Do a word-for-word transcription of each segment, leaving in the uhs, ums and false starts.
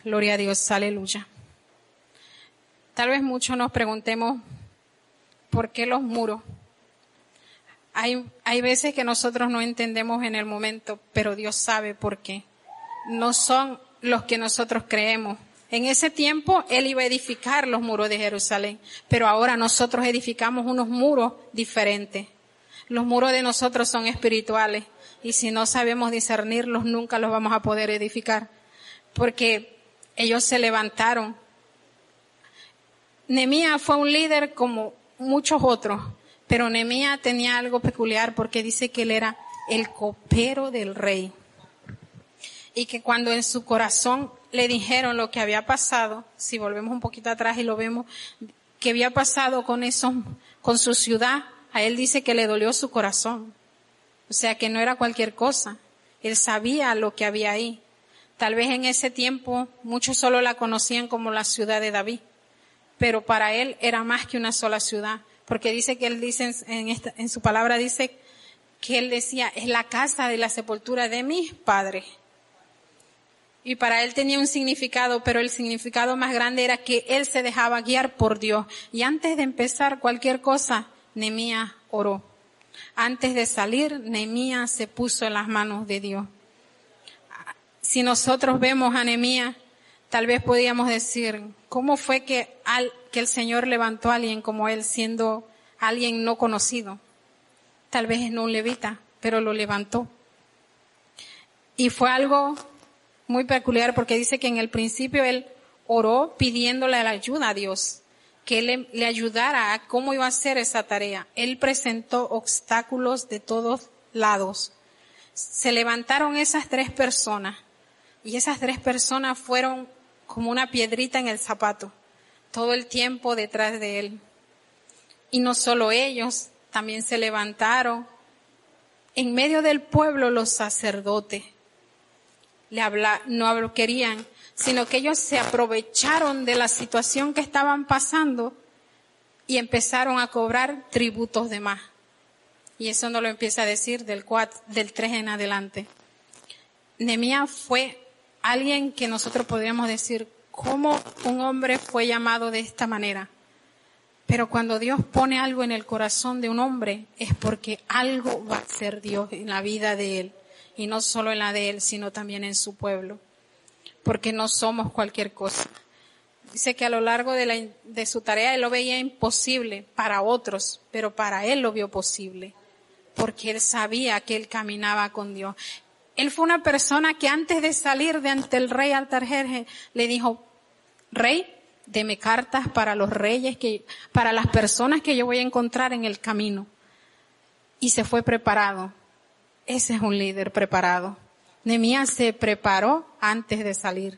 Gloria a Dios, aleluya. Tal vez muchos nos preguntemos, ¿por qué los muros? Hay, hay veces que nosotros no entendemos en el momento, pero Dios sabe por qué. No son los que nosotros creemos. En ese tiempo Él iba a edificar los muros de Jerusalén, pero ahora nosotros edificamos unos muros diferentes. Los muros de nosotros son espirituales y si no sabemos discernirlos nunca los vamos a poder edificar, porque ellos se levantaron. Nehemías fue un líder como muchos otros, pero Nehemías tenía algo peculiar porque dice que él era el copero del rey. Y que cuando en su corazón le dijeron lo que había pasado, si volvemos un poquito atrás y lo vemos, que había pasado con esos, con su ciudad, a él dice que le dolió su corazón. O sea que no era cualquier cosa. Él sabía lo que había ahí. Tal vez en ese tiempo muchos solo la conocían como la ciudad de David, pero para él era más que una sola ciudad, porque dice que él dice en, esta, en su palabra dice que él decía, es la casa de la sepultura de mis padres. Y para él tenía un significado, pero el significado más grande era que él se dejaba guiar por Dios. Y antes de empezar cualquier cosa, Nehemías oró. Antes de salir, Nehemías se puso en las manos de Dios. Si nosotros vemos a Nehemías, tal vez podríamos decir, ¿cómo fue que, al, que el Señor levantó a alguien como él siendo alguien no conocido? Tal vez no un levita, pero lo levantó. Y fue algo muy peculiar porque dice que en el principio él oró pidiéndole la ayuda a Dios, que él le, le ayudara a cómo iba a hacer esa tarea. Él presentó obstáculos de todos lados. Se levantaron esas tres personas y esas tres personas fueron como una piedrita en el zapato, todo el tiempo detrás de él. Y no solo ellos, también se levantaron en medio del pueblo los sacerdotes. Le habla, no lo querían, sino que ellos se aprovecharon de la situación que estaban pasando y empezaron a cobrar tributos de más. Y eso no lo empieza a decir del cuatro, del tres en adelante. Nehemías fue alguien que nosotros podríamos decir, ¿cómo un hombre fue llamado de esta manera? Pero cuando Dios pone algo en el corazón de un hombre, es porque algo va a hacer Dios en la vida de él. Y no solo en la de él, sino también en su pueblo. Porque no somos cualquier cosa. Dice que a lo largo de, la, de su tarea él lo veía imposible para otros, pero para él lo vio posible. Porque él sabía que él caminaba con Dios. Él fue una persona que antes de salir de ante el rey Artajerjes le dijo, Rey, deme cartas para los reyes, que, para las personas que yo voy a encontrar en el camino. Y se fue preparado. Ese es un líder preparado. Nehemías se preparó antes de salir.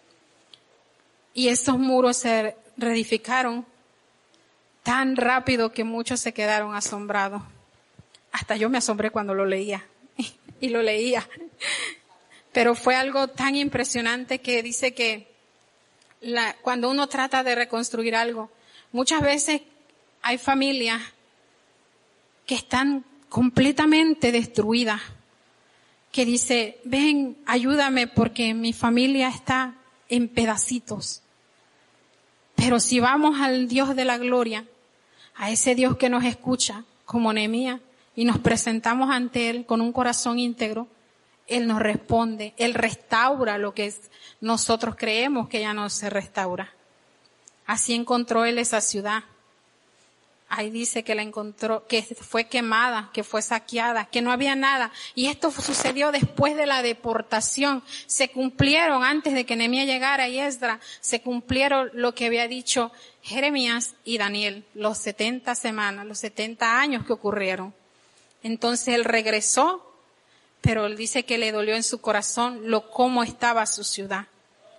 Y esos muros se reedificaron tan rápido que muchos se quedaron asombrados. Hasta yo me asombré cuando lo leía. Y lo leía. Pero fue algo tan impresionante que dice que la, cuando uno trata de reconstruir algo, muchas veces hay familias que están completamente destruida, que dice, ven, ayúdame porque mi familia está en pedacitos. Pero si vamos al Dios de la gloria, a ese Dios que nos escucha, como Nehemías, y nos presentamos ante Él con un corazón íntegro, Él nos responde, Él restaura lo que es, nosotros creemos que ya no se restaura. Así encontró Él esa ciudad. Ahí dice que la encontró, que fue quemada, que fue saqueada, que no había nada. Y esto sucedió después de la deportación. Se cumplieron antes de que Nehemías llegara y Esdras, se cumplieron lo que había dicho Jeremías y Daniel, los setenta semanas, los setenta años que ocurrieron. Entonces él regresó, pero él dice que le dolió en su corazón lo cómo estaba su ciudad.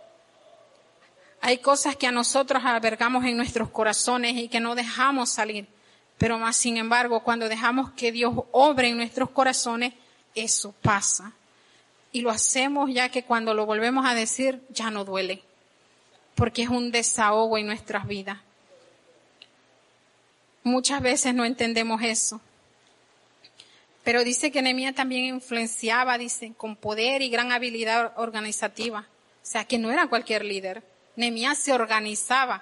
Hay cosas que a nosotros albergamos en nuestros corazones y que no dejamos salir. Pero más sin embargo, cuando dejamos que Dios obre en nuestros corazones, eso pasa. Y lo hacemos ya que cuando lo volvemos a decir, ya no duele. Porque es un desahogo en nuestras vidas. Muchas veces no entendemos eso. Pero dice que Nehemías también influenciaba, dice, con poder y gran habilidad organizativa. sea, que no era cualquier líder. Nehemías se organizaba.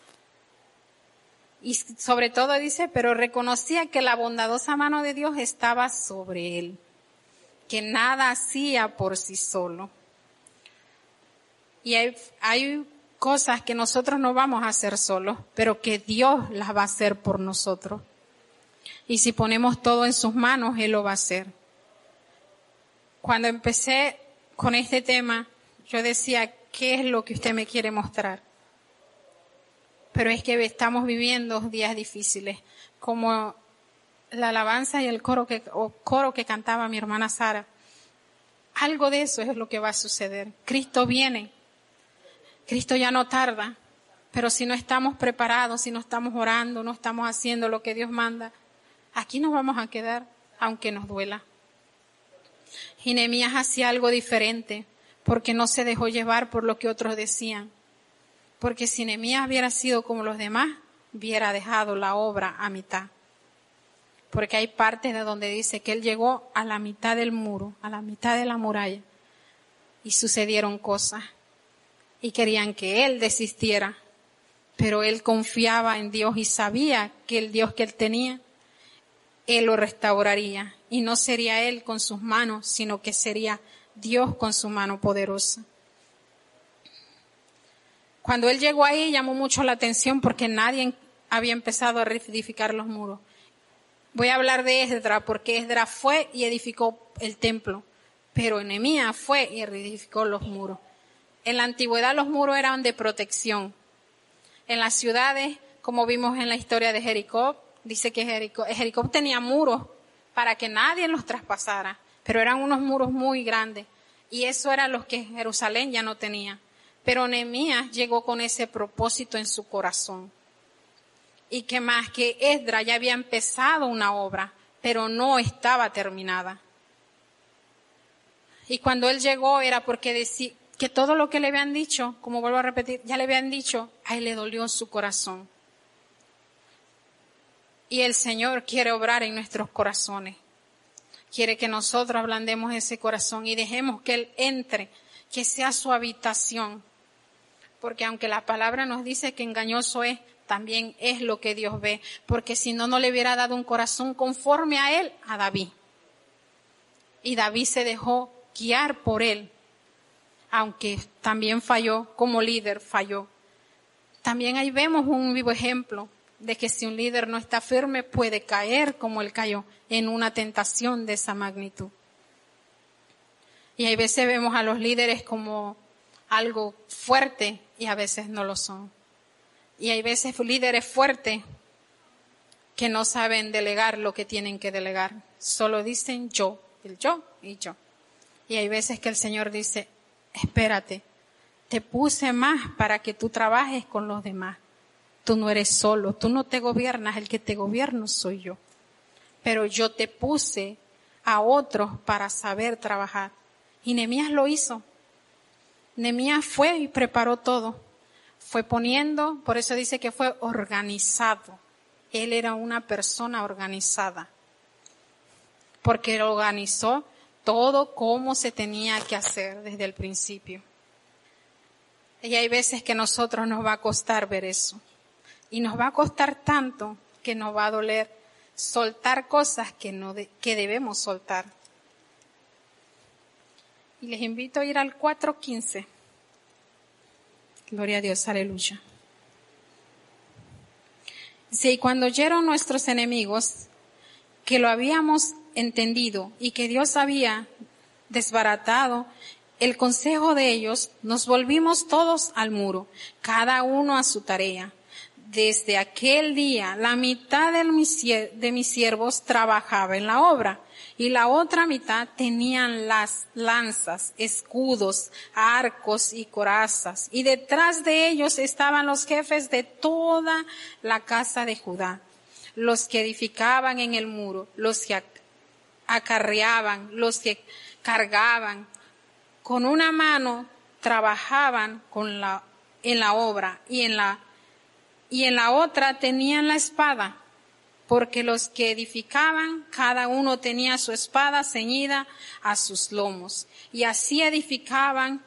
Y sobre todo dice, pero reconocía que la bondadosa mano de Dios estaba sobre él, que nada hacía por sí solo. Y hay, hay cosas que nosotros no vamos a hacer solos, pero que Dios las va a hacer por nosotros. Y si ponemos todo en sus manos, Él lo va a hacer. Cuando empecé con este tema, yo decía, ¿qué es lo que usted me quiere mostrar? Pero es que estamos viviendo días difíciles, como la alabanza y el coro que, o coro que cantaba mi hermana Sara. Algo de eso es lo que va a suceder. Cristo viene. Cristo ya no tarda. Pero si no estamos preparados, si no estamos orando, no estamos haciendo lo que Dios manda, aquí nos vamos a quedar, aunque nos duela. Y Nehemías hacía algo diferente, porque no se dejó llevar por lo que otros decían. Porque si Nehemías hubiera sido como los demás, hubiera dejado la obra a mitad. Porque hay partes de donde dice que él llegó a la mitad del muro, a la mitad de la muralla, y sucedieron cosas. Y querían que él desistiera, pero él confiaba en Dios y sabía que el Dios que él tenía, él lo restauraría. Y no sería él con sus manos, sino que sería Dios con su mano poderosa. Cuando él llegó ahí llamó mucho la atención porque nadie había empezado a reedificar los muros. Voy a hablar de Esdras porque Esdras fue y edificó el templo, pero Nehemías fue y reedificó los muros. En la antigüedad los muros eran de protección. En las ciudades, como vimos en la historia de Jericó, dice que Jericó, Jericó tenía muros para que nadie los traspasara, pero eran unos muros muy grandes y eso era lo que Jerusalén ya no tenía. Pero Nehemías llegó con ese propósito en su corazón. Y que más que Esdras ya había empezado una obra, pero no estaba terminada. Y cuando él llegó era porque decía que todo lo que le habían dicho, como vuelvo a repetir, ya le habían dicho, a él le dolió su corazón. Y el Señor quiere obrar en nuestros corazones. Quiere que nosotros ablandemos ese corazón y dejemos que Él entre, que sea su habitación. Porque aunque la palabra nos dice que engañoso es, también es lo que Dios ve. Porque si no, no le hubiera dado un corazón conforme a él, a David. Y David se dejó guiar por él. Aunque también falló, como líder falló. También ahí vemos un vivo ejemplo de que si un líder no está firme, puede caer como él cayó en una tentación de esa magnitud. Y hay veces vemos a los líderes como algo fuerte y a veces no lo son. Y hay veces líderes fuertes que no saben delegar lo que tienen que delegar. Solo dicen yo, el yo y yo. Y hay veces que el Señor dice, espérate, te puse más para que tú trabajes con los demás. Tú no eres solo, tú no te gobiernas, el que te gobierno soy yo. Pero yo te puse a otros para saber trabajar. Y Nehemías lo hizo. Nehemías fue y preparó todo. Fue poniendo, por eso dice que fue organizado. Él era una persona organizada. Porque organizó todo como se tenía que hacer desde el principio. Y hay veces que a nosotros nos va a costar ver eso. Y nos va a costar tanto que nos va a doler soltar cosas que, no de, que debemos soltar. Y les invito a ir al cuatro quince. Gloria a Dios, aleluya. Dice, y cuando oyeron nuestros enemigos que lo habíamos entendido y que Dios había desbaratado el consejo de ellos, nos volvimos todos al muro, cada uno a su tarea. Desde aquel día, la mitad de mis siervos trabajaba en la obra y la otra mitad tenían las lanzas, escudos, arcos y corazas. Y detrás de ellos estaban los jefes de toda la casa de Judá, los que edificaban en el muro, los que acarreaban, los que cargaban. Con una mano trabajaban con la, en la obra y en la y en la otra tenían la espada, porque los que edificaban, cada uno tenía su espada ceñida a sus lomos, y así edificaban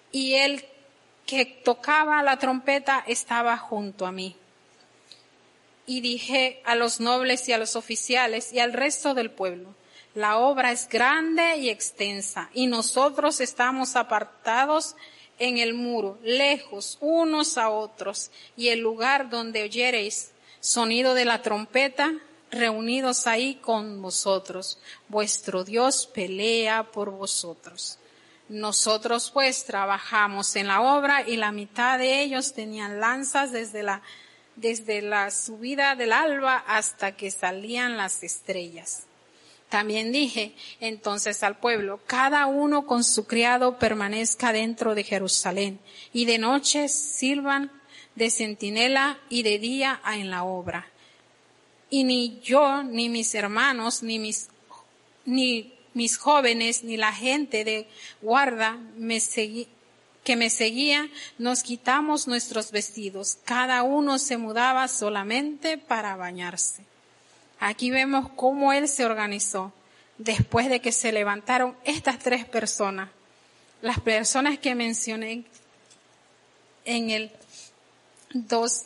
y el que tocaba la trompeta estaba junto a mí. Y dije a los nobles y a los oficiales y al resto del pueblo: la obra es grande y extensa, y nosotros estamos apartados en el muro, lejos unos a otros, y el lugar donde oyereis sonido de la trompeta, reunidos ahí con vosotros. Vuestro Dios pelea por vosotros. Nosotros pues trabajamos en la obra, y la mitad de ellos tenían lanzas desde la desde la subida del alba hasta que salían las estrellas. También dije entonces al pueblo: cada uno con su criado permanezca dentro de Jerusalén, y de noche sirvan de centinela y de día en la obra. Y ni yo, ni mis hermanos, ni mis, ni mis jóvenes, ni la gente de guarda me segui, que me seguía, nos quitamos nuestros vestidos. Cada uno se mudaba solamente para bañarse. Aquí vemos cómo él se organizó después de que se levantaron estas tres personas. Las personas que mencioné en el dos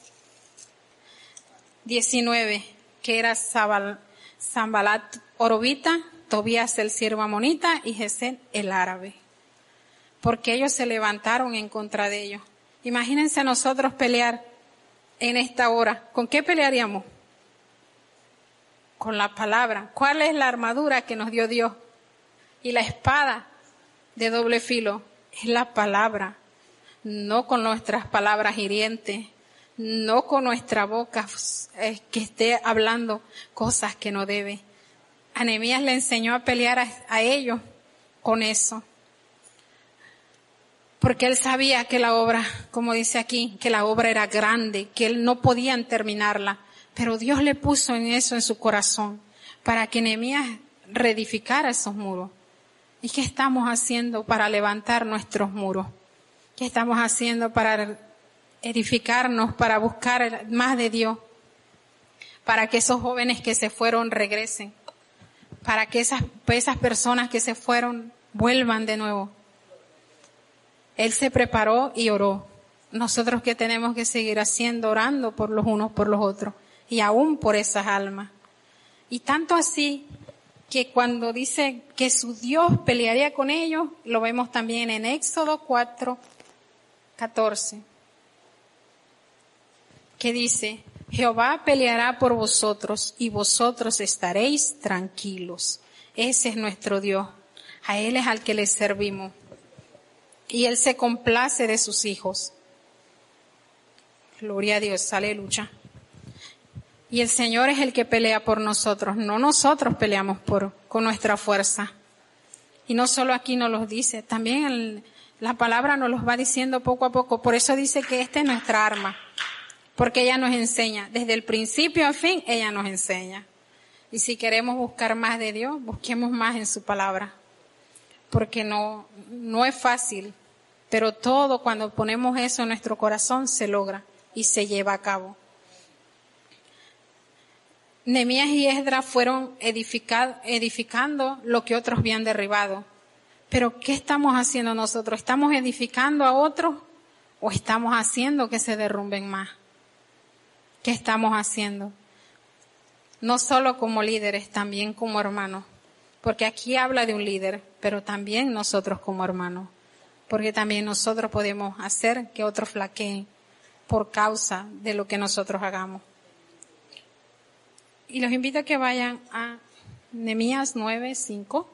diecinueve, que era Sanbalat Orobita, Tobías el siervo amonita y Gesem el árabe. Porque ellos se levantaron en contra de ellos. Imagínense nosotros pelear en esta hora. ¿Con qué pelearíamos? Con la palabra. ¿Cuál es la armadura que nos dio Dios? Y la espada de doble filo es la palabra. No con nuestras palabras hirientes, no con nuestra boca eh, que esté hablando cosas que no debe. A Nehemías le enseñó a pelear a, a ellos con eso. Porque él sabía que la obra, como dice aquí, que la obra era grande, que él no podían terminarla. Pero Dios le puso en eso en su corazón para que Nehemías reedificara esos muros. ¿Y qué estamos haciendo para levantar nuestros muros? ¿Qué estamos haciendo para edificarnos, para buscar más de Dios? Para que esos jóvenes que se fueron regresen. Para que esas, esas personas que se fueron vuelvan de nuevo. Él se preparó y oró. Nosotros que tenemos que seguir haciendo, orando por los unos por los otros. Y aún por esas almas. Y tanto así que cuando dice que su Dios pelearía con ellos, lo vemos también en Éxodo cuatro, catorce. Que dice: Jehová peleará por vosotros y vosotros estaréis tranquilos. Ese es nuestro Dios. A Él es al que le servimos. Y Él se complace de sus hijos. Gloria a Dios, aleluya. Y el Señor es el que pelea por nosotros, no nosotros peleamos por, con nuestra fuerza. Y no solo aquí nos los dice, también el, la palabra nos los va diciendo poco a poco. Por eso dice que esta es nuestra arma, porque ella nos enseña. Desde el principio a fin, ella nos enseña. Y si queremos buscar más de Dios, busquemos más en su palabra. Porque no, no es fácil, pero todo cuando ponemos eso en nuestro corazón se logra y se lleva a cabo. Nehemías y Esdras fueron edificando lo que otros habían derribado. Pero ¿qué estamos haciendo nosotros? ¿Estamos edificando a otros o estamos haciendo que se derrumben más? ¿Qué estamos haciendo? No solo como líderes, también como hermanos. Porque aquí habla de un líder, pero también nosotros como hermanos. Porque también nosotros podemos hacer que otros flaqueen por causa de lo que nosotros hagamos. Y los invito a que vayan a Nehemías nueve, cinco.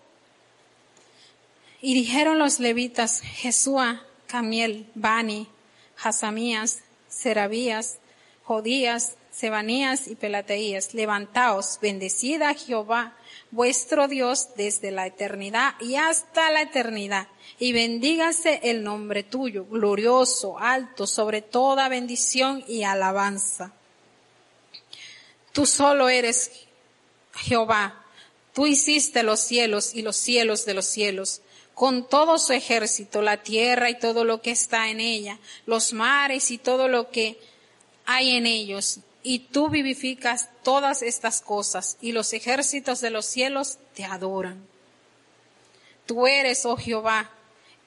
Y dijeron los levitas, Jesúa, Camiel, Bani, Hasamías, Serabías, Jodías, Sebanías y Pelateías, levantaos, bendecid a Jehová, vuestro Dios, desde la eternidad y hasta la eternidad, y bendígase el nombre tuyo, glorioso, alto, sobre toda bendición y alabanza. Tú solo eres Jehová, tú hiciste los cielos y los cielos de los cielos, con todo su ejército, la tierra y todo lo que está en ella, los mares y todo lo que hay en ellos. Y tú vivificas todas estas cosas, y los ejércitos de los cielos te adoran. Tú eres, oh Jehová,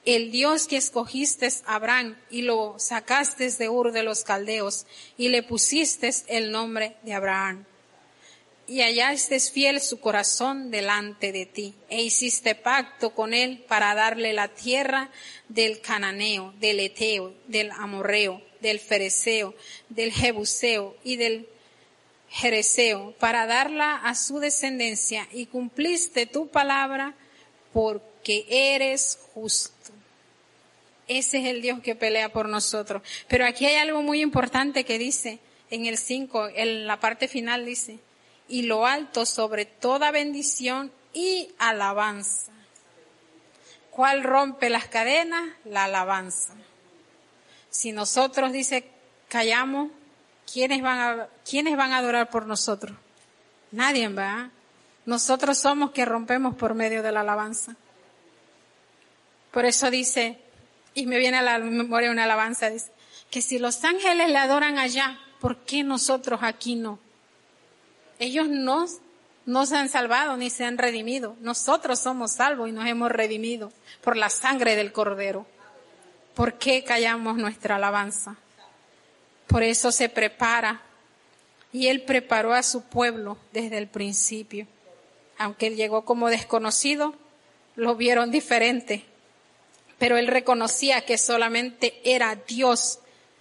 el Dios que escogiste a Abraham y lo sacaste de Ur de los Caldeos y le pusiste el nombre de Abraham. Y hallaste fiel su corazón delante de ti, e hiciste pacto con él para darle la tierra del Cananeo, del Eteo, del Amorreo, del Fereceo, del Jebuseo y del Jereseo, para darla a su descendencia, y cumpliste tu palabra porque eres justo. Ese es el Dios que pelea por nosotros. Pero aquí hay algo muy importante que dice en el cinco, en la parte final dice, y lo alto sobre toda bendición y alabanza. ¿Cuál rompe las cadenas? La alabanza. Si nosotros, dice, callamos, ¿quiénes van a, quiénes van a adorar por nosotros? Nadie, ¿verdad? Nosotros somos que rompemos por medio de la alabanza. Por eso dice, y me viene a la memoria una alabanza, dice, que si los ángeles le adoran allá, ¿por qué nosotros aquí no? Ellos no, no se han salvado ni se han redimido. Nosotros somos salvos y nos hemos redimido por la sangre del Cordero. ¿Por qué callamos nuestra alabanza? Por eso se prepara. Y Él preparó a su pueblo desde el principio. Aunque Él llegó como desconocido, lo vieron diferente. Pero Él reconocía que solamente era Dios.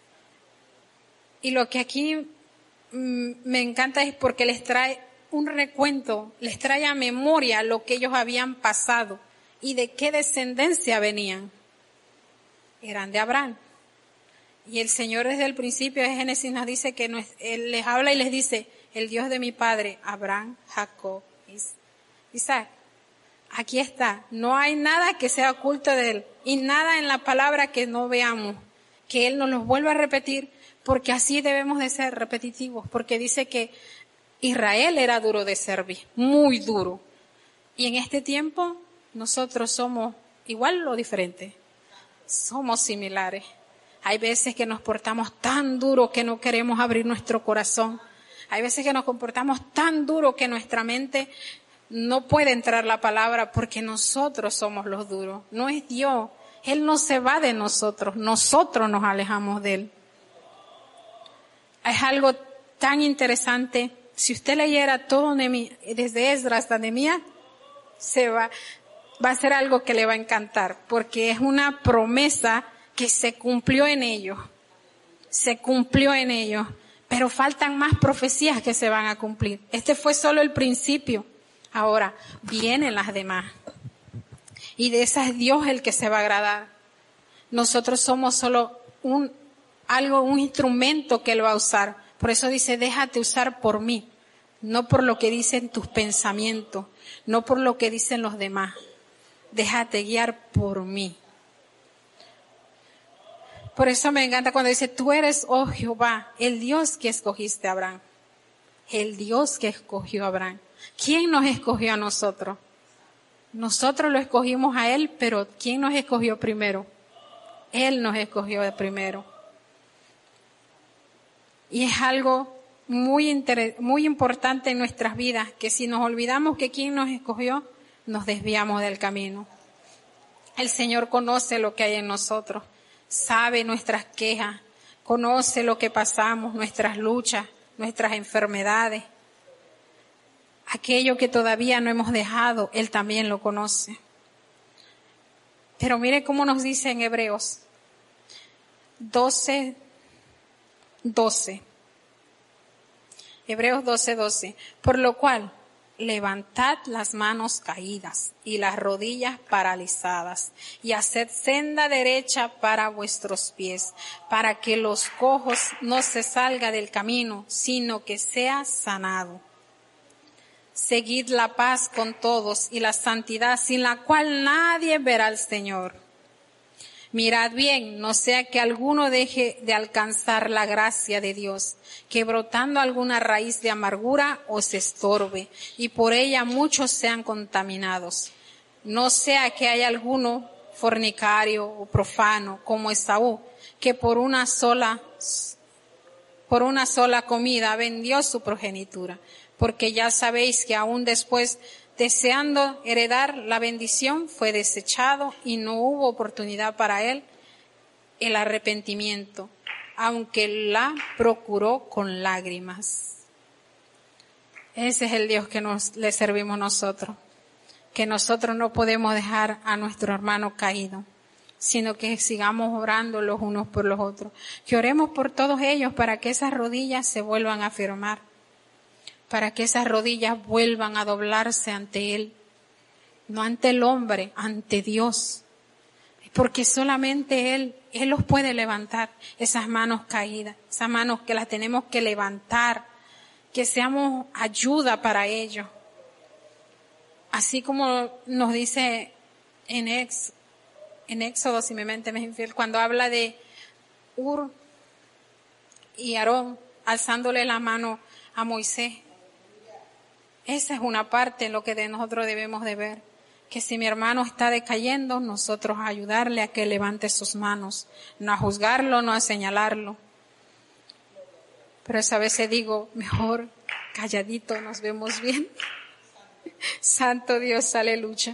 Y lo que aquí me encanta es porque les trae un recuento, les trae a memoria lo que ellos habían pasado y de qué descendencia venían. Eran de Abraham. Y el Señor desde el principio de Génesis nos dice que nos, Él les habla y les dice, el Dios de mi padre, Abraham, Jacob, Isaac. Aquí está. No hay nada que sea oculto de Él y nada en la palabra que no veamos, que Él nos los vuelva a repetir, porque así debemos de ser repetitivos, porque dice que Israel era duro de servir, muy duro. Y en este tiempo nosotros somos igual o diferentes, somos similares. Hay veces que nos portamos tan duro que no queremos abrir nuestro corazón. Hay veces que nos comportamos tan duro que nuestra mente no puede entrar la palabra porque nosotros somos los duros. No es Dios. Él no se va de nosotros. Nosotros nos alejamos de Él. Es algo tan interesante. Si usted leyera todo desde Esdras hasta Nehemías, se va, va a ser algo que le va a encantar porque es una promesa que se cumplió en ellos, se cumplió en ellos, pero faltan más profecías que se van a cumplir. Este fue solo el principio, ahora vienen las demás. Y de esas es Dios el que se va a agradar. Nosotros somos solo un, algo, un instrumento que Él va a usar. Por eso dice, déjate usar por mí, no por lo que dicen tus pensamientos, no por lo que dicen los demás. Déjate guiar por mí. Por eso me encanta cuando dice, tú eres, oh Jehová, el Dios que escogiste a Abraham. El Dios que escogió a Abraham. ¿Quién nos escogió a nosotros? Nosotros lo escogimos a Él, pero ¿quién nos escogió primero? Él nos escogió primero. Y es algo muy, inter- muy importante en nuestras vidas, que si nos olvidamos que quién nos escogió, nos desviamos del camino. El Señor conoce lo que hay en nosotros. Sabe nuestras quejas, conoce lo que pasamos, nuestras luchas, nuestras enfermedades. Aquello que todavía no hemos dejado, Él también lo conoce. Pero mire cómo nos dice en Hebreos doce, doce. Hebreos doce, doce. Por lo cual, levantad las manos caídas y las rodillas paralizadas y haced senda derecha para vuestros pies, para que los cojos no se salga del camino, sino que sea sanado. Seguid la paz con todos y la santidad, sin la cual nadie verá al Señor. Mirad bien, no sea que alguno deje de alcanzar la gracia de Dios, que brotando alguna raíz de amargura os estorbe, y por ella muchos sean contaminados. No sea que haya alguno fornicario o profano, como Esaú, que por una sola, por una sola comida vendió su progenitura. Porque ya sabéis que aún después deseando heredar la bendición, fue desechado y no hubo oportunidad para él el arrepentimiento, aunque la procuró con lágrimas. Ese es el Dios que nos le servimos nosotros, que nosotros no podemos dejar a nuestro hermano caído, sino que sigamos orando los unos por los otros, que oremos por todos ellos para que esas rodillas se vuelvan a firmar, para que esas rodillas vuelvan a doblarse ante Él, no ante el hombre, ante Dios, porque solamente Él, Él los puede levantar, esas manos caídas, esas manos que las tenemos que levantar, que seamos ayuda para ellos. Así como nos dice en, ex, en Éxodo, si mi mente me es infiel, cuando habla de Ur y Aarón alzándole la mano a Moisés. Esa es una parte en lo que de nosotros debemos de ver, que si mi hermano está decayendo, nosotros ayudarle a que levante sus manos, no a juzgarlo, no a señalarlo. Pero esa vez digo, mejor calladito nos vemos bien. Santo Dios, aleluya.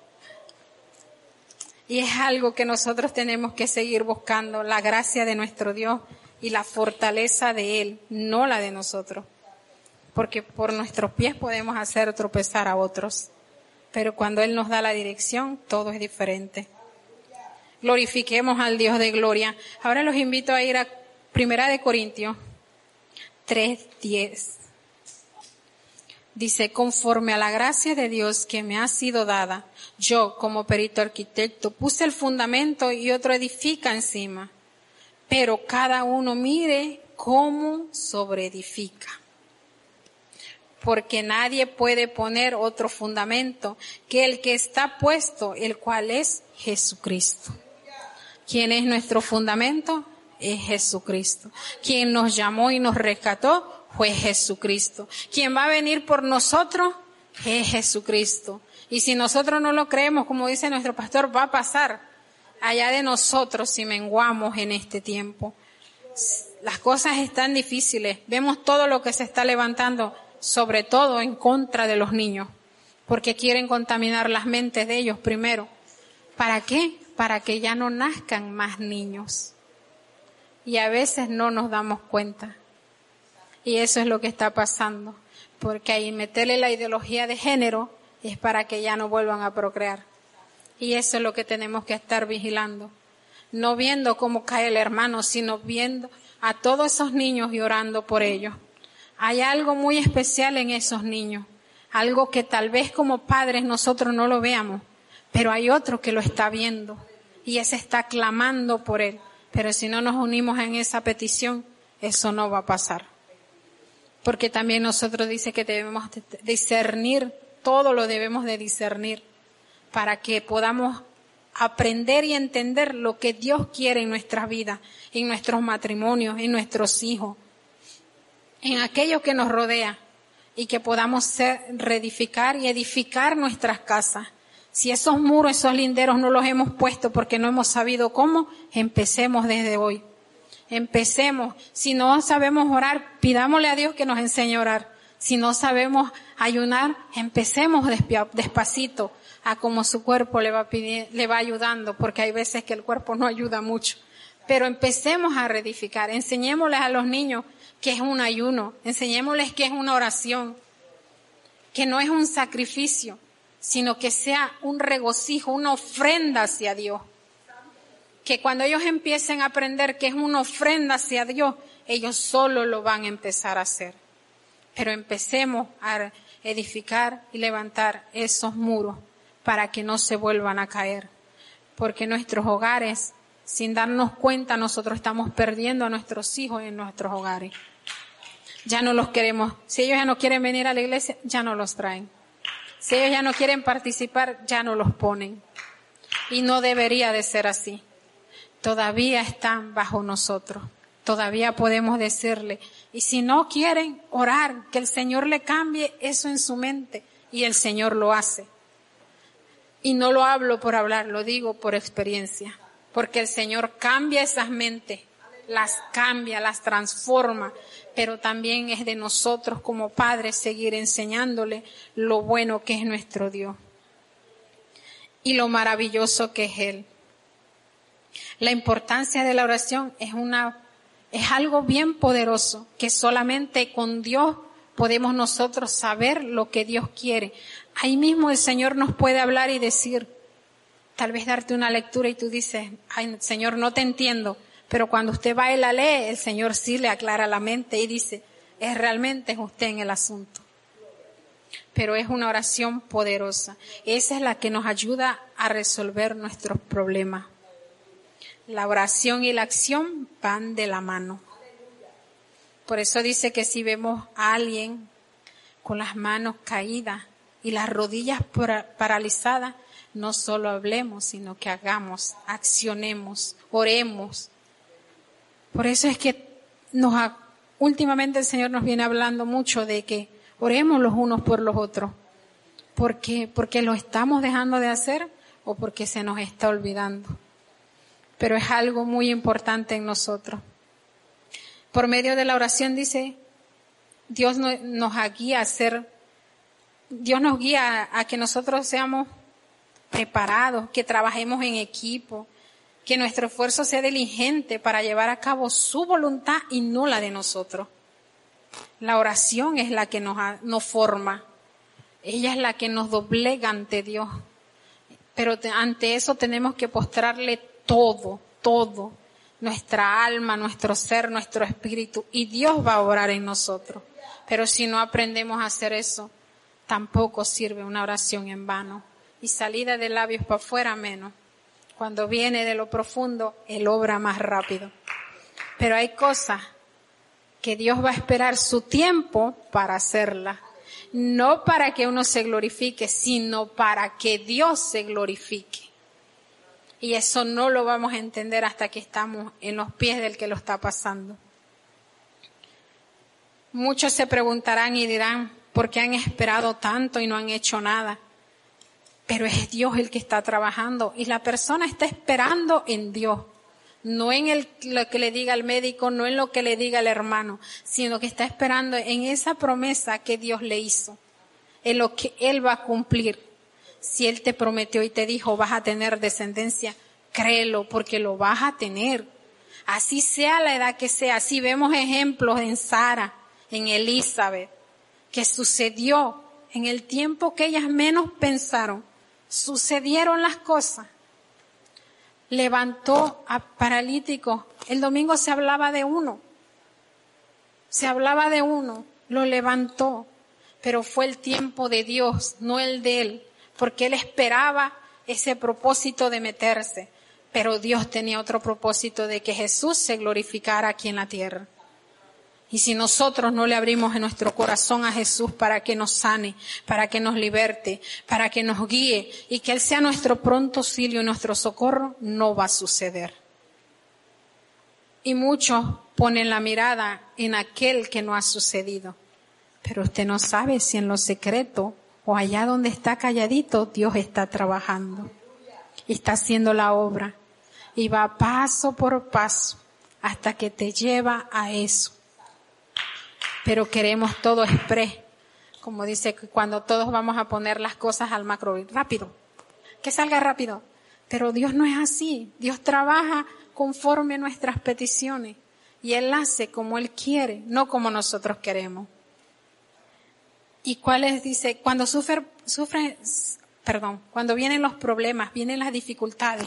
Y es algo que nosotros tenemos que seguir buscando, la gracia de nuestro Dios y la fortaleza de Él, no la de nosotros. Porque por nuestros pies podemos hacer tropezar a otros. Pero cuando Él nos da la dirección, todo es diferente. Glorifiquemos al Dios de gloria. Ahora los invito a ir a Primera de Corintios tres diez. Dice, conforme a la gracia de Dios que me ha sido dada, yo como perito arquitecto puse el fundamento y otro edifica encima. Pero cada uno mire cómo sobreedifica. Porque nadie puede poner otro fundamento que el que está puesto, el cual es Jesucristo. ¿Quién es nuestro fundamento? Es Jesucristo. Quien nos llamó y nos rescató fue Jesucristo. Quien va a venir por nosotros es Jesucristo. Y si nosotros no lo creemos, como dice nuestro pastor, va a pasar allá de nosotros si menguamos en este tiempo. Las cosas están difíciles. Vemos todo lo que se está levantando, sobre todo en contra de los niños, porque quieren contaminar las mentes de ellos primero. ¿Para qué? Para que ya no nazcan más niños. Y a veces no nos damos cuenta. Y eso es lo que está pasando, porque ahí meterle la ideología de género es para que ya no vuelvan a procrear. Y eso es lo que tenemos que estar vigilando. No viendo cómo cae el hermano, sino viendo a todos esos niños y orando por ellos. Hay algo muy especial en esos niños, algo que tal vez como padres nosotros no lo veamos, pero hay otro que lo está viendo y ese está clamando por él. Pero si no nos unimos en esa petición, eso no va a pasar. Porque también nosotros dice que debemos discernir, todo lo debemos de discernir para que podamos aprender y entender lo que Dios quiere en nuestras vidas, en nuestros matrimonios, en nuestros hijos, en aquello que nos rodea y que podamos ser, reedificar y edificar nuestras casas. Si esos muros, esos linderos no los hemos puesto porque no hemos sabido cómo, empecemos desde hoy. Empecemos. Si no sabemos orar, pidámosle a Dios que nos enseñe a orar. Si no sabemos ayunar, empecemos despacito a como su cuerpo le va pidiendo, le va ayudando, porque hay veces que el cuerpo no ayuda mucho. Pero empecemos a reedificar. Enseñémosles a los niños que es un ayuno. Enseñémosles que es una oración. Que no es un sacrificio, sino que sea un regocijo, una ofrenda hacia Dios. Que cuando ellos empiecen a aprender que es una ofrenda hacia Dios, ellos solo lo van a empezar a hacer. Pero empecemos a edificar y levantar esos muros para que no se vuelvan a caer. Porque nuestros hogares, sin darnos cuenta, nosotros estamos perdiendo a nuestros hijos en nuestros hogares. Ya no los queremos. Si ellos ya no quieren venir a la iglesia, ya no los traen. Si ellos ya no quieren participar, ya no los ponen. Y no debería de ser así. Todavía están bajo nosotros. Todavía podemos decirle. Y si no quieren orar, que el Señor le cambie eso en su mente. Y el Señor lo hace. Y no lo hablo por hablar, lo digo por experiencia. Porque el Señor cambia esas mentes. las cambia, las transforma, pero también es de nosotros como padres seguir enseñándole lo bueno que es nuestro Dios y lo maravilloso que es Él. La importancia de la oración es una, es algo bien poderoso, que solamente con Dios podemos nosotros saber lo que Dios quiere. Ahí mismo el Señor nos puede hablar y decir, tal vez darte una lectura y tú dices, ay, Señor, no te entiendo. Pero cuando usted va y la lee, el Señor sí le aclara la mente y dice, es realmente es usted en el asunto. Pero es una oración poderosa. Esa es la que nos ayuda a resolver nuestros problemas. La oración y la acción van de la mano. Por eso dice que si vemos a alguien con las manos caídas y las rodillas paralizadas, no solo hablemos, sino que hagamos, accionemos, oremos. Por eso es que nos ha, últimamente el Señor nos viene hablando mucho de que oremos los unos por los otros. ¿Por qué? Porque lo estamos dejando de hacer o porque se nos está olvidando. Pero es algo muy importante en nosotros. Por medio de la oración dice, Dios nos, nos guía a ser, Dios nos guía a, a que nosotros seamos preparados, que trabajemos en equipo, que nuestro esfuerzo sea diligente para llevar a cabo su voluntad y no la de nosotros. La oración es la que nos, nos forma, ella es la que nos doblega ante Dios, pero te, ante eso tenemos que postrarle todo, todo, nuestra alma, nuestro ser, nuestro espíritu, y Dios va a orar en nosotros. Pero si no aprendemos a hacer eso, tampoco sirve una oración en vano. Y salida de labios para afuera menos. Cuando viene de lo profundo, Él obra más rápido. Pero hay cosas que Dios va a esperar su tiempo para hacerlas. No para que uno se glorifique, sino para que Dios se glorifique. Y eso no lo vamos a entender hasta que estamos en los pies del que lo está pasando. Muchos se preguntarán y dirán, ¿por qué han esperado tanto y no han hecho nada? Pero es Dios el que está trabajando y la persona está esperando en Dios. No en el, lo que le diga el médico, no en lo que le diga el hermano, sino que está esperando en esa promesa que Dios le hizo, en lo que Él va a cumplir. Si Él te prometió y te dijo, vas a tener descendencia, créelo, porque lo vas a tener. Así sea la edad que sea. Así vemos ejemplos en Sara, en Elizabeth, que sucedió en el tiempo que ellas menos pensaron. Sucedieron las cosas. Levantó a paralíticos. El domingo se hablaba de uno. Se hablaba de uno. Lo levantó. Pero fue el tiempo de Dios, no el de él. Porque él esperaba ese propósito de meterse. Pero Dios tenía otro propósito de que Jesús se glorificara aquí en la tierra. Y si nosotros no le abrimos en nuestro corazón a Jesús para que nos sane, para que nos liberte, para que nos guíe y que Él sea nuestro pronto auxilio y nuestro socorro, no va a suceder. Y muchos ponen la mirada en aquel que no ha sucedido. Pero usted no sabe si en lo secreto o allá donde está calladito, Dios está trabajando. Y está haciendo la obra. Y va paso por paso hasta que te lleva a eso. Pero queremos todo express, como dice que cuando todos vamos a poner las cosas al macro, rápido, que salga rápido. Pero Dios no es así, Dios trabaja conforme a nuestras peticiones y Él hace como Él quiere, no como nosotros queremos. ¿Y cuál es? Dice, cuando sufre, sufre, perdón, cuando vienen los problemas, vienen las dificultades,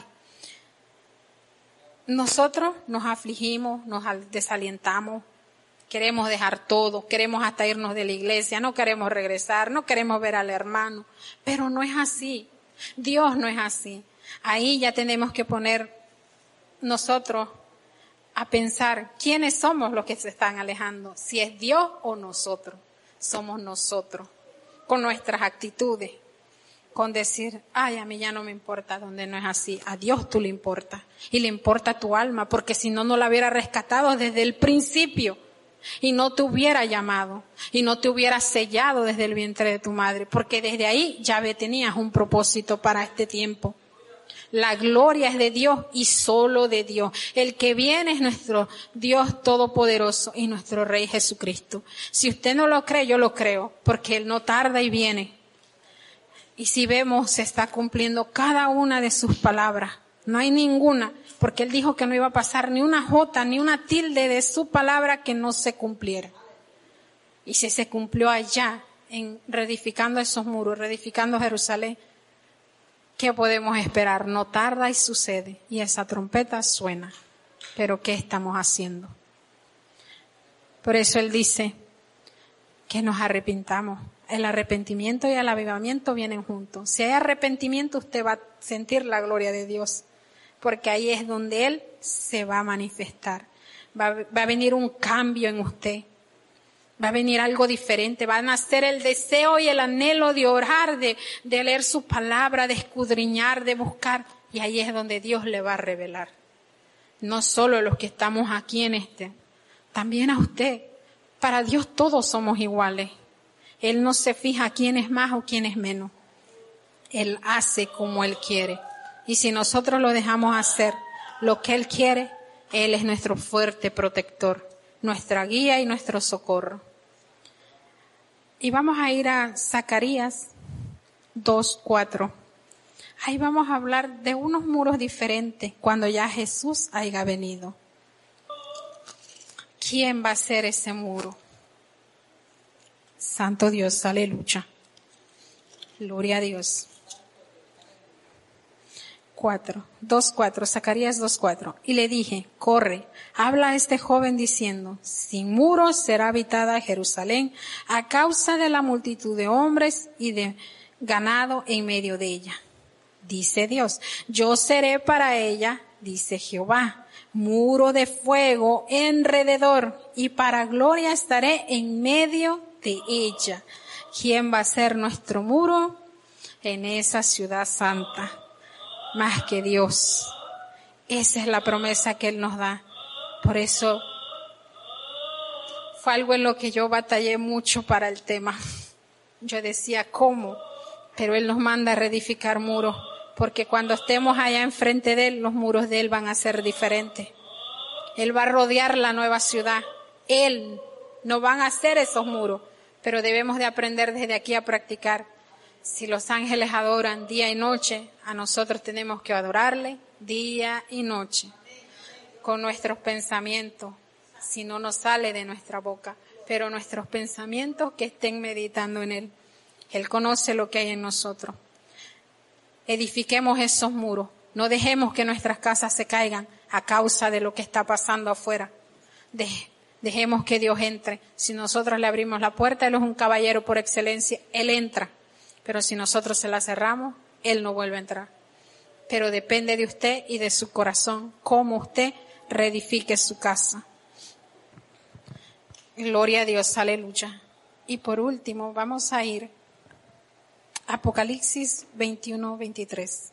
nosotros nos afligimos, nos desalientamos, queremos dejar todo, queremos hasta irnos de la iglesia, no queremos regresar, no queremos ver al hermano, pero no es así. Dios no es así. Ahí ya tenemos que poner nosotros a pensar quiénes somos los que se están alejando, si es Dios o nosotros. Somos nosotros, con nuestras actitudes, con decir, ay, a mí ya no me importa, donde no es así. A Dios tú le importa y le importa tu alma, porque si no, no la hubiera rescatado desde el principio. Y no te hubiera llamado, y no te hubiera sellado desde el vientre de tu madre, porque desde ahí ya tenías un propósito para este tiempo. La gloria es de Dios y solo de Dios. El que viene es nuestro Dios todopoderoso y nuestro Rey Jesucristo. Si usted no lo cree, yo lo creo, porque Él no tarda y viene. Y si vemos, se está cumpliendo cada una de sus palabras. No hay ninguna, porque Él dijo que no iba a pasar ni una jota, ni una tilde de su palabra que no se cumpliera. Y si se cumplió allá, en reedificando esos muros, reedificando Jerusalén, ¿qué podemos esperar? No tarda y sucede. Y esa trompeta suena. Pero ¿qué estamos haciendo? Por eso Él dice que nos arrepintamos. El arrepentimiento y el avivamiento vienen juntos. Si hay arrepentimiento, usted va a sentir la gloria de Dios. Porque ahí es donde Él se va a manifestar. Va, va a venir un cambio en usted. Va a venir algo diferente, va a nacer el deseo y el anhelo de orar, de, de leer su palabra, de escudriñar, de buscar. Y ahí es donde Dios le va a revelar. No solo los que estamos aquí en este, también a usted. Para Dios todos somos iguales. Él no se fija quién es más o quién es menos. Él hace como Él quiere. Y si nosotros lo dejamos hacer lo que Él quiere, Él es nuestro fuerte protector, nuestra guía y nuestro socorro. Y vamos a ir a Zacarías dos, cuatro. Ahí vamos a hablar de unos muros diferentes cuando ya Jesús haya venido. ¿Quién va a ser ese muro? Santo Dios, aleluya. Gloria a Dios. Cuatro, dos, cuatro, Zacarías dos, cuatro. Y le dije, corre, habla a este joven diciendo, sin muros será habitada Jerusalén a causa de la multitud de hombres y de ganado en medio de ella. Dice Dios, yo seré para ella, dice Jehová, muro de fuego enrededor y para gloria estaré en medio de ella. ¿Quién va a ser nuestro muro en esa ciudad santa? Más que Dios. Esa es la promesa que Él nos da. Por eso fue algo en lo que yo batallé mucho para el tema. Yo decía, ¿cómo? Pero Él nos manda a reedificar muros, porque cuando estemos allá enfrente de Él, los muros de Él van a ser diferentes. Él va a rodear la nueva ciudad. Él, no van a hacer esos muros, pero debemos de aprender desde aquí a practicar. Si los ángeles adoran día y noche, a nosotros tenemos que adorarle día y noche, con nuestros pensamientos, si no nos sale de nuestra boca, pero nuestros pensamientos que estén meditando en Él. Él conoce lo que hay en nosotros. Edifiquemos esos muros, no dejemos que nuestras casas se caigan a causa de lo que está pasando afuera. De- dejemos que Dios entre. Si nosotros le abrimos la puerta, Él es un caballero por excelencia, Él entra. Pero si nosotros se la cerramos, Él no vuelve a entrar. Pero depende de usted y de su corazón, cómo usted reedifique su casa. Gloria a Dios, aleluya. Y por último, vamos a ir a Apocalipsis veintiuno, veintitrés.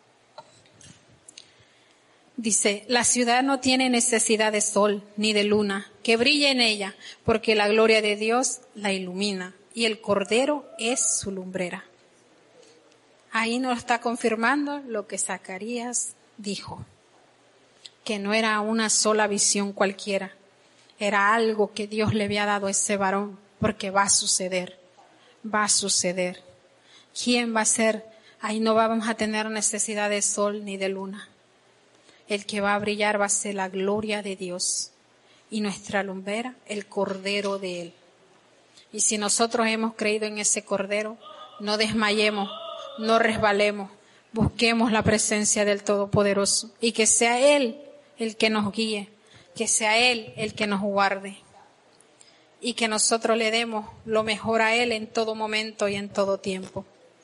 Dice, la ciudad no tiene necesidad de sol ni de luna, que brille en ella, porque la gloria de Dios la ilumina. Y el Cordero es su lumbrera. Ahí nos está confirmando lo que Zacarías dijo, que no era una sola visión cualquiera, era algo que Dios le había dado a ese varón, porque va a suceder, va a suceder. ¿Quién va a ser? Ahí no vamos a tener necesidad de sol ni de luna. El que va a brillar va a ser la gloria de Dios y nuestra lumbrera, el Cordero de Él. Y si nosotros hemos creído en ese Cordero, no desmayemos, no resbalemos, busquemos la presencia del Todopoderoso y que sea Él el que nos guíe, que sea Él el que nos guarde y que nosotros le demos lo mejor a Él en todo momento y en todo tiempo.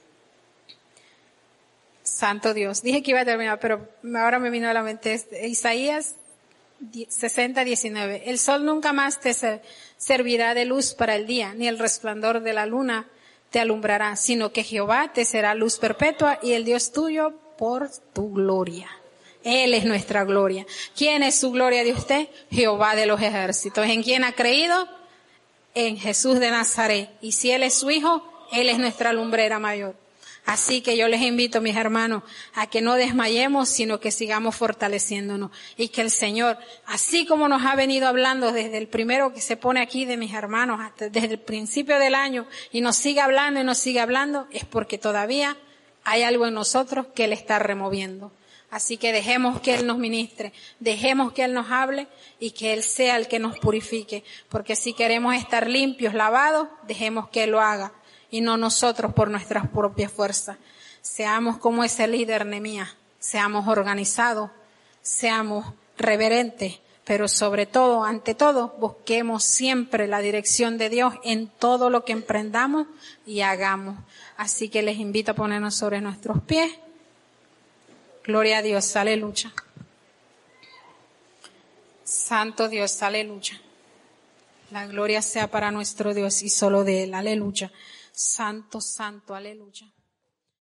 Santo Dios. Dije que iba a terminar, pero ahora me vino a la mente este, Isaías sesenta, diecinueve. El sol nunca más te servirá de luz para el día, ni el resplandor de la luna te alumbrará, sino que Jehová te será luz perpetua y el Dios tuyo por tu gloria. Él es nuestra gloria. ¿Quién es su gloria de usted? Jehová de los ejércitos. ¿En quién ha creído? En Jesús de Nazaret. Y si Él es su hijo, Él es nuestra lumbrera mayor. Así que yo les invito, mis hermanos, a que no desmayemos, sino que sigamos fortaleciéndonos. Y que el Señor, así como nos ha venido hablando desde el primero que se pone aquí de mis hermanos, hasta desde el principio del año, y nos sigue hablando y nos sigue hablando, es porque todavía hay algo en nosotros que Él está removiendo. Así que dejemos que Él nos ministre, dejemos que Él nos hable y que Él sea el que nos purifique. Porque si queremos estar limpios, lavados, dejemos que Él lo haga y no nosotros por nuestras propias fuerzas. Seamos como ese líder Nehemías, seamos organizados, seamos reverentes, pero sobre todo, ante todo, busquemos siempre la dirección de Dios en todo lo que emprendamos y hagamos. Así que les invito a ponernos sobre nuestros pies. Gloria a Dios, aleluya. Santo Dios, aleluya. La gloria sea para nuestro Dios y solo de Él, aleluya. Santo, santo, aleluya.